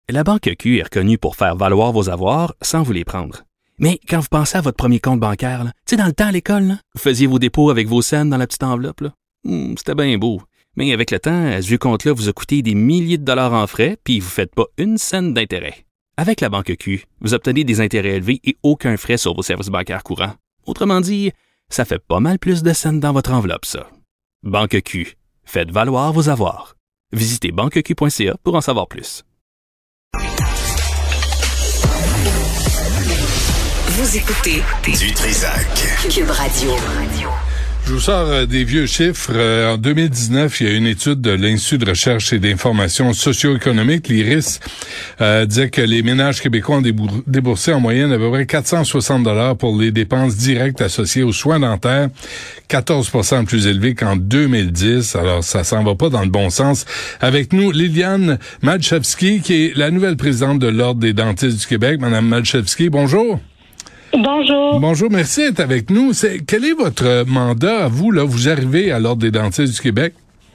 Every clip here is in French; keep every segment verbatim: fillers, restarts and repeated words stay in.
La Banque Q est reconnue pour faire valoir vos avoirs sans vous les prendre. Mais quand vous pensez à votre premier compte bancaire, tu sais, dans le temps à l'école, là, vous faisiez vos dépôts avec vos scènes dans la petite enveloppe. Là. Hum, c'était bien beau. Mais avec le temps, ce vieux compte-là vous a coûté des milliers de dollars en frais, puis vous ne faites pas une scène d'intérêt. Avec la Banque Q, vous obtenez des intérêts élevés et aucun frais sur vos services bancaires courants. Autrement dit, ça fait pas mal plus de scènes dans votre enveloppe, ça. Banque Q. Faites valoir vos avoirs. Visitez banque q point c a pour en savoir plus. Vous écoutez du Trizac. Cube Radio. Je vous sors euh, des vieux chiffres. Euh, en deux mille dix-neuf, il y a une étude de l'Institut de recherche et d'information socio-économique, l'I R I S, euh, disait que les ménages québécois ont débour- déboursé en moyenne à peu près quatre cent soixante dollars pour les dépenses directes associées aux soins dentaires, quatorze pour cent plus élevé qu'en deux mille dix. Alors, ça s'en va pas dans le bon sens. Avec nous, Liliane Malchevski, qui est la nouvelle présidente de l'Ordre des dentistes du Québec. Madame Malchevski, bonjour. Bonjour. Bonjour, merci d'être avec nous. C'est, quel est votre mandat à vous, là? Vous arrivez à l'Ordre des dentistes du Québec?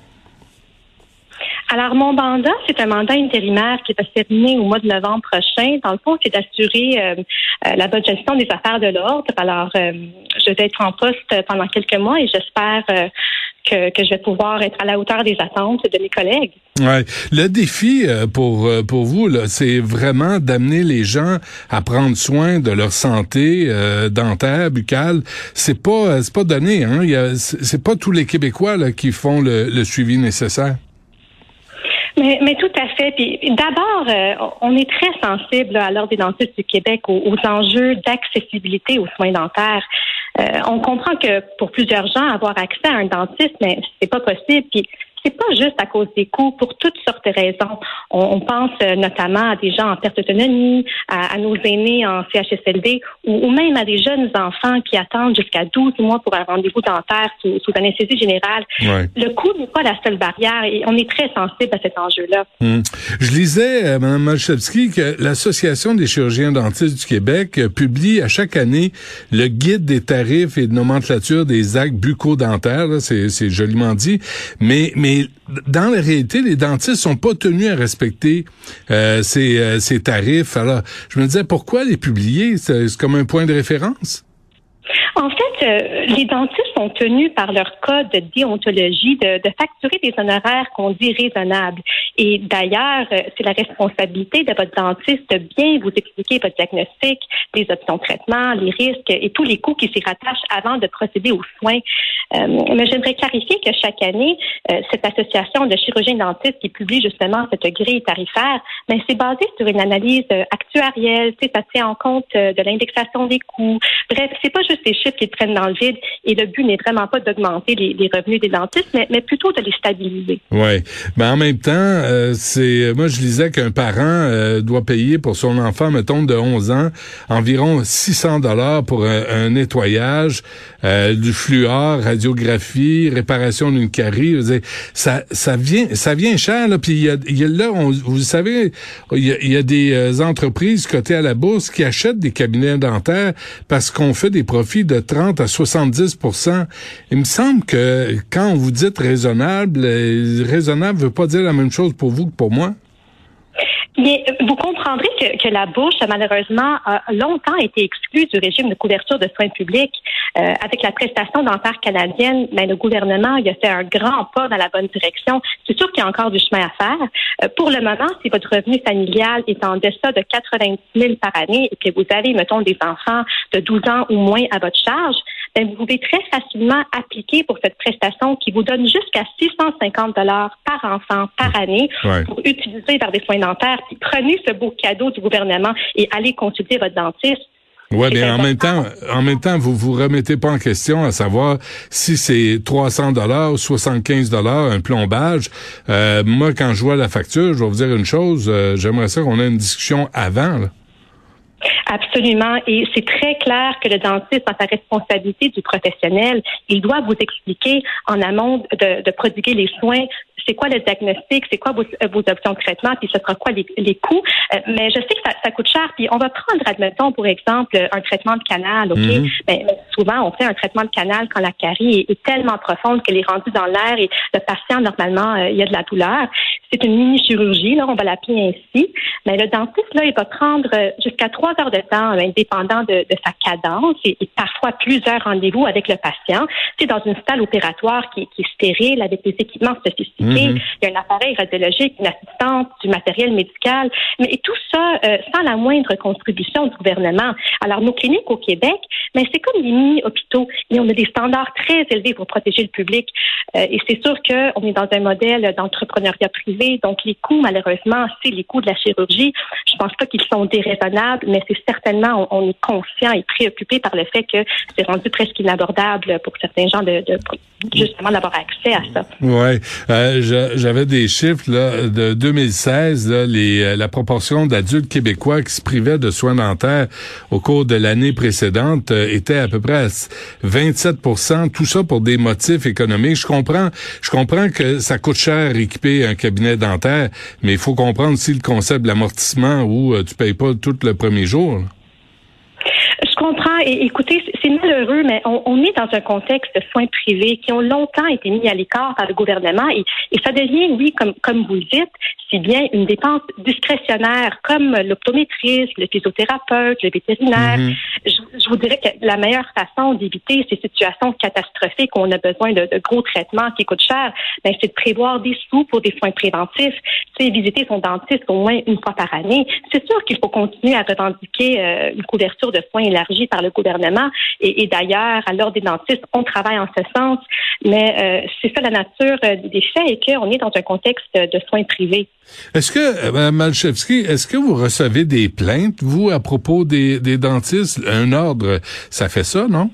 Alors, mon mandat, c'est un mandat intérimaire qui va se terminer au mois de novembre prochain. Dans le fond, c'est d'assurer euh, euh, la bonne gestion des affaires de l'Ordre. Alors, euh, je vais être en poste pendant quelques mois et j'espère euh, que, que je vais pouvoir être à la hauteur des attentes de mes collègues. Ouais. Le défi euh, pour euh, pour vous, là, c'est vraiment d'amener les gens à prendre soin de leur santé euh, dentaire, buccale. C'est pas c'est pas donné, hein. Il y a, c'est, c'est pas tous les Québécois là qui font le, le suivi nécessaire. Mais, mais tout à fait. Puis d'abord, euh, on est très sensible là, à l'Ordre des dentistes du Québec aux, aux enjeux d'accessibilité aux soins dentaires. Euh, on comprend que pour plusieurs gens, avoir accès à un dentiste, mais c'est pas possible. Puis c'est pas juste à cause des coûts, pour toutes sortes de raisons. On, on pense euh, notamment à des gens en perte d'autonomie, à, à nos aînés en C H S L D ou, ou même à des jeunes enfants qui attendent jusqu'à douze mois pour un rendez-vous dentaire sous, sous anesthésie générale. Ouais. Le coût n'est pas la seule barrière et on est très sensible à cet enjeu-là. Hum. Je lisais, euh, Mme Malchevski, que l'Association des chirurgiens dentistes du Québec euh, publie à chaque année le guide des tarifs et de nomenclature des actes bucco-dentaires. Là, c'est, c'est joliment dit. Mais, mais Mais dans la réalité, les dentistes sont pas tenus à respecter euh, ces, euh, ces tarifs. Alors, je me disais, pourquoi les publier? C'est, c'est comme un point de référence? En fait, euh, les dentistes sont tenus par leur code de déontologie de, de facturer des honoraires qu'on dit raisonnables. Et d'ailleurs, euh, c'est la responsabilité de votre dentiste de bien vous expliquer votre diagnostic, les options de traitement, les risques et tous les coûts qui s'y rattachent avant de procéder aux soins. Euh, mais j'aimerais clarifier que chaque année, euh, cette association de chirurgiens dentistes qui publie justement cette grille tarifaire, mais c'est basé sur une analyse euh, actuarielle, tu sais, ça tient en compte euh, de l'indexation des coûts. Bref, c'est pas juste des chiffres qu'ils prennent dans le vide et le but n'est vraiment pas d'augmenter les, les revenus des dentistes, mais, mais plutôt de les stabiliser. Oui, mais en même temps, euh, c'est moi je lisais qu'un parent euh, doit payer pour son enfant, mettons de onze ans, environ six cents dollars pour un, un nettoyage, euh, du fluor, radiographie, réparation d'une carie. Je veux dire, ça, ça vient, ça vient cher là. Puis il y a, il y a là, on, vous savez, il y a, il y a des euh, entreprises cotées à la bourse qui achètent des cabinets dentaires parce qu'on fait des profits de trente à soixante-dix pour cent. Il me semble que quand vous dites raisonnable, euh, raisonnable veut pas dire la même chose pour vous que pour moi. Mais vous comprendrez que, que la bouche, malheureusement, a longtemps été exclue du régime de couverture de soins publics. Euh, avec la prestation dentaire canadienne, ben, le gouvernement il a fait un grand pas dans la bonne direction. C'est sûr qu'il y a encore du chemin à faire. Euh, pour le moment, si votre revenu familial est en deçà de quatre-vingt-dix mille par année et que vous avez, mettons, des enfants de douze ans ou moins à votre charge, ben, vous pouvez très facilement appliquer pour cette prestation qui vous donne jusqu'à six cent cinquante dollars par enfant par année ouais. pour utiliser vers des soins dentaires. Puis prenez ce beau cadeau du gouvernement et allez consulter votre dentiste. Ouais, mais en même temps, en même temps, vous vous remettez pas en question à savoir si c'est trois cents dollars ou soixante-quinze dollars un plombage. Euh, moi, quand je vois la facture, je vais vous dire une chose, euh, j'aimerais ça qu'on ait une discussion avant, là. Absolument. Et c'est très clair que le dentiste, dans sa responsabilité du professionnel, il doit vous expliquer en amont de, de prodiguer les soins. C'est quoi le diagnostic, c'est quoi vos, vos options de traitement, puis ce sera quoi les, les coûts. Euh, mais je sais que ça, ça coûte cher, puis on va prendre, admettons, pour exemple, un traitement de canal, OK? Mm-hmm. Mais, mais souvent, on fait un traitement de canal quand la carie est, est tellement profonde qu'elle est rendue dans l'air et le patient, normalement, euh, il y a de la douleur. C'est une mini-chirurgie, là, on va l'appeler ainsi. Mais le dentiste, là, il va prendre jusqu'à trois heures de temps, indépendant de, de sa cadence, et, et parfois plusieurs rendez-vous avec le patient. C'est dans une salle opératoire qui, qui est stérile, avec des équipements sophistiqués. Mm-hmm. Il y a un appareil radiologique, une assistante, du matériel médical, mais tout ça euh, sans la moindre contribution du gouvernement. Alors, nos cliniques au Québec, mais c'est comme des mini-hôpitaux, et on a des standards très élevés pour protéger le public. Euh, et c'est sûr qu'on est dans un modèle d'entrepreneuriat privé, donc les coûts, malheureusement, c'est les coûts de la chirurgie. Je pense pas qu'ils sont déraisonnables, mais c'est certainement, on, on est conscient et préoccupé par le fait que c'est rendu presque inabordable pour certains gens de, de justement d'avoir accès à ça. Ouais, euh, j'avais des chiffres là de deux mille seize, là, les, la proportion d'adultes québécois qui se privaient de soins dentaires au cours de l'année précédente euh, était à peu près à vingt-sept pour cent. Tout ça pour des motifs économiques. Je comprends, je comprends que ça coûte cher équiper un cabinet dentaire, mais il faut comprendre aussi le concept de l'amortissement où euh, tu payes pas tout le premier jour. Là. Je comprends. Et écoutez, c'est malheureux, mais on, on est dans un contexte de soins privés qui ont longtemps été mis à l'écart par le gouvernement et, et ça devient, oui, comme, comme vous le dites, si bien une dépense discrétionnaire comme l'optométriste, le physiothérapeute, le vétérinaire. Mm-hmm. Je, je vous dirais que la meilleure façon d'éviter ces situations catastrophiques où on a besoin de, de gros traitements qui coûtent cher, ben, c'est de prévoir des sous pour des soins préventifs. Tu sais, visiter son dentiste au moins une fois par année. C'est sûr qu'il faut continuer à revendiquer euh, une couverture de soins élargie par le gouvernement. Et, et d'ailleurs, à l'Ordre des dentistes, on travaille en ce sens. Mais euh, c'est ça la nature euh, des faits et qu'on est dans un contexte de soins privés. Est-ce que, Mme Malchevski, est-ce que vous recevez des plaintes, vous, à propos des, des dentistes? Un ordre, ça fait ça, non?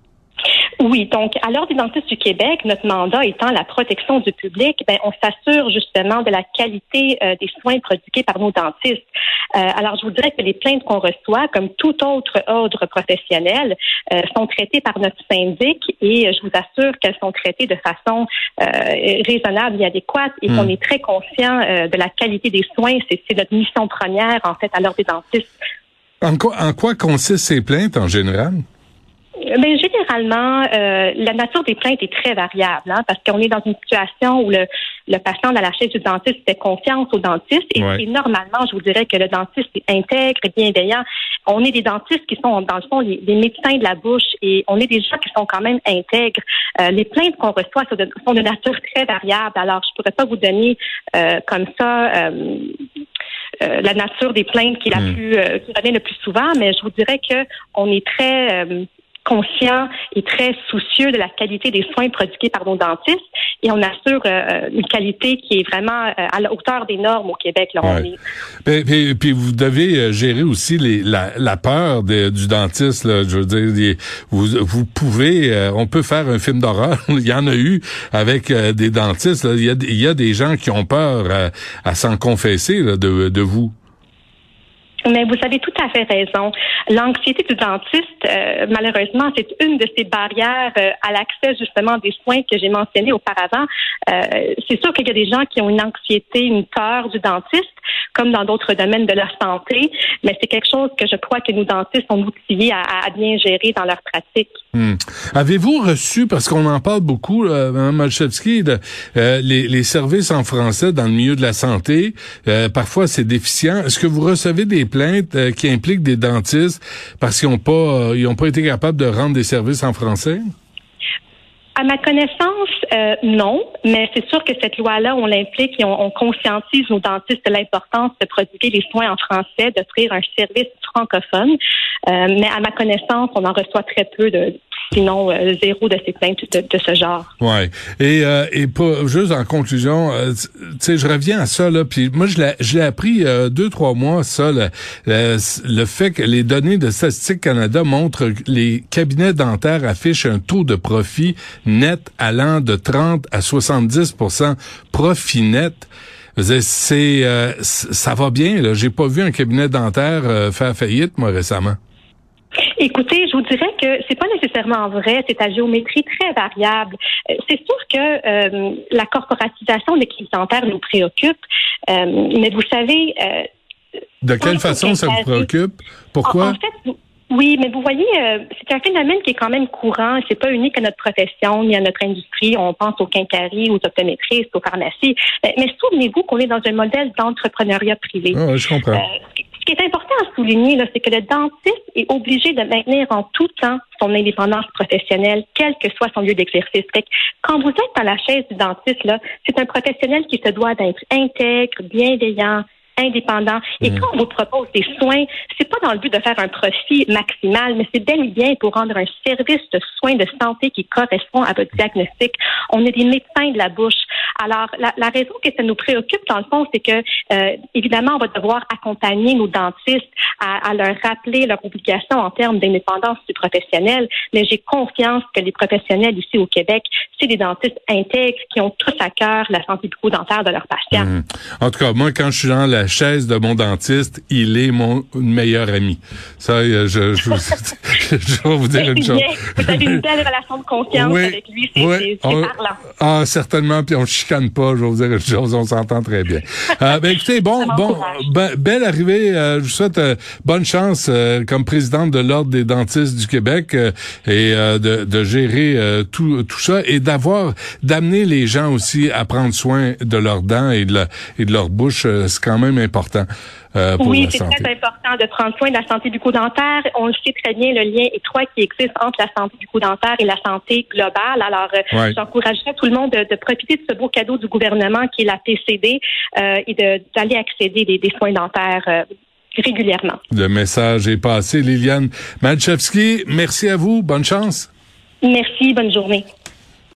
Oui, donc à l'Ordre des dentistes du Québec, notre mandat étant la protection du public, ben on s'assure justement de la qualité euh, des soins prodigués par nos dentistes. Euh, alors je vous dirais que les plaintes qu'on reçoit, comme tout autre ordre professionnel, euh, sont traitées par notre syndic et je vous assure qu'elles sont traitées de façon euh, raisonnable et adéquate et mmh. qu'on est très conscient euh, de la qualité des soins. C'est, c'est notre mission première en fait à l'Ordre des dentistes. En quoi, en quoi consistent ces plaintes en général? Mais généralement, euh, la nature des plaintes est très variable, hein, parce qu'on est dans une situation où le, le patient dans la chaise du dentiste fait confiance au dentiste et, ouais. et normalement, je vous dirais que le dentiste est intègre et bienveillant. On est des dentistes qui sont, dans le fond, les, les médecins de la bouche et on est des gens qui sont quand même intègres. Euh, les plaintes qu'on reçoit sont de, sont de nature très variable. Alors, je pourrais pas vous donner euh, comme ça... Euh, Euh, la nature des plaintes qui est la mmh. plus euh, qui revient le plus souvent, mais je vous dirais que on est très euh, conscient et très soucieux de la qualité des soins prodigués par nos dentistes et on assure euh, une qualité qui est vraiment euh, à la hauteur des normes au Québec. Là, ouais. on est... puis, puis, puis vous devez gérer aussi les, la, la peur de, du dentiste. Là, je veux dire, les, vous, vous pouvez, euh, on peut faire un film d'horreur. Il y en a eu avec euh, des dentistes. Là. Il y a, il y a des gens qui ont peur à, à s'en confesser là, de, de vous. Mais vous avez tout à fait raison. L'anxiété du dentiste, euh, malheureusement, c'est une de ces barrières euh, à l'accès justement des soins que j'ai mentionnées auparavant. Euh, c'est sûr qu'il y a des gens qui ont une anxiété, une peur du dentiste, comme dans d'autres domaines de la santé, mais c'est quelque chose que je crois que nos dentistes sont outillés à, à bien gérer dans leur pratique. Hmm. Avez-vous reçu, parce qu'on en parle beaucoup, euh, Mme Malchevski, de, euh, les, les services en français dans le milieu de la santé, euh, parfois c'est déficient. Est-ce que vous recevez des plaintes euh, qui impliquent des dentistes parce qu'ils n'ont pas, euh, ils ont pas été capables de rendre des services en français? À ma connaissance, euh, non, mais c'est sûr que cette loi-là, on l'implique et on, on conscientise nos dentistes de l'importance de prodiguer les soins en français, d'offrir un service francophone. Euh, mais à ma connaissance, on en reçoit très peu de, sinon euh, zéro de ces plaintes de, de ce genre. Ouais. Et euh, et pas juste en conclusion, euh, tu sais, je reviens à ça là. Puis moi, je l'ai, je l'ai appris euh, deux trois mois ça, le, le, le fait que les données de Statistique Canada montrent que les cabinets dentaires affichent un taux de profit net allant de trente à soixante-dix pour cent profit net. C'est, euh, ça va bien, là. J'ai pas vu un cabinet dentaire euh, faire faillite, moi, récemment. Écoutez, je vous dirais que c'est pas nécessairement vrai, c'est à géométrie très variable. Euh, c'est sûr que euh, la corporatisation des cliniques dentaires nous préoccupe, euh, mais vous savez... Euh, de quelle façon ça vous préoccupe? Pourquoi? En, en fait, oui, mais vous voyez, euh, c'est un phénomène qui est quand même courant. C'est pas unique à notre profession ni à notre industrie. On pense aux quincailleries, aux optométristes, aux pharmacies. Mais, mais souvenez-vous qu'on est dans un modèle d'entrepreneuriat privé. Ah oui, je comprends. Euh, Ce qui est important à souligner, là, c'est que le dentiste est obligé de maintenir en tout temps son indépendance professionnelle, quel que soit son lieu d'exercice. Fait que quand vous êtes dans la chaise du dentiste, là, c'est un professionnel qui se doit d'être intègre, bienveillant, indépendant. Et mmh. quand on vous propose des soins, c'est pas dans le but de faire un profit maximal, mais c'est bel et bien pour rendre un service de soins de santé qui correspond à votre diagnostic. On est des médecins de la bouche. Alors, la, la raison que ça nous préoccupe, dans le fond, c'est que, euh, évidemment, on va devoir accompagner nos dentistes à, à leur rappeler leurs obligations en termes d'indépendance du professionnel, mais j'ai confiance que les professionnels ici au Québec, c'est des dentistes intègres qui ont tous à cœur la santé bucco-dentaire de leurs patients. Mmh. En tout cas, moi, quand je suis dans la chaise de mon dentiste, il est mon meilleur ami. Ça, je, je, je, je vais vous dire une chose. Vous avez une belle relation de confiance oui, avec lui, c'est, oui, c'est, c'est on, parlant. Ah, certainement, puis on ne chicane pas, je vais vous dire une chose, on s'entend très bien. Euh, ben, écoutez, bon, bon, ben, belle arrivée, euh, je vous souhaite euh, bonne chance euh, comme présidente de l'Ordre des dentistes du Québec euh, et euh, de, de gérer euh, tout, tout ça et d'avoir, d'amener les gens aussi à prendre soin de leurs dents et de, la, et de leur bouche. Euh, c'est quand même important euh, pour oui, la santé. Oui, c'est très important de prendre soin de la santé bucco-dentaire. On le sait très bien, le lien étroit qui existe entre la santé bucco-dentaire et la santé globale. Alors, ouais. j'encouragerais tout le monde de, de profiter de ce beau cadeau du gouvernement qui est la P C D euh, et de, d'aller accéder des, des soins dentaires euh, régulièrement. Le message est passé. Liliane Malchevski, merci à vous. Bonne chance. Merci. Bonne journée.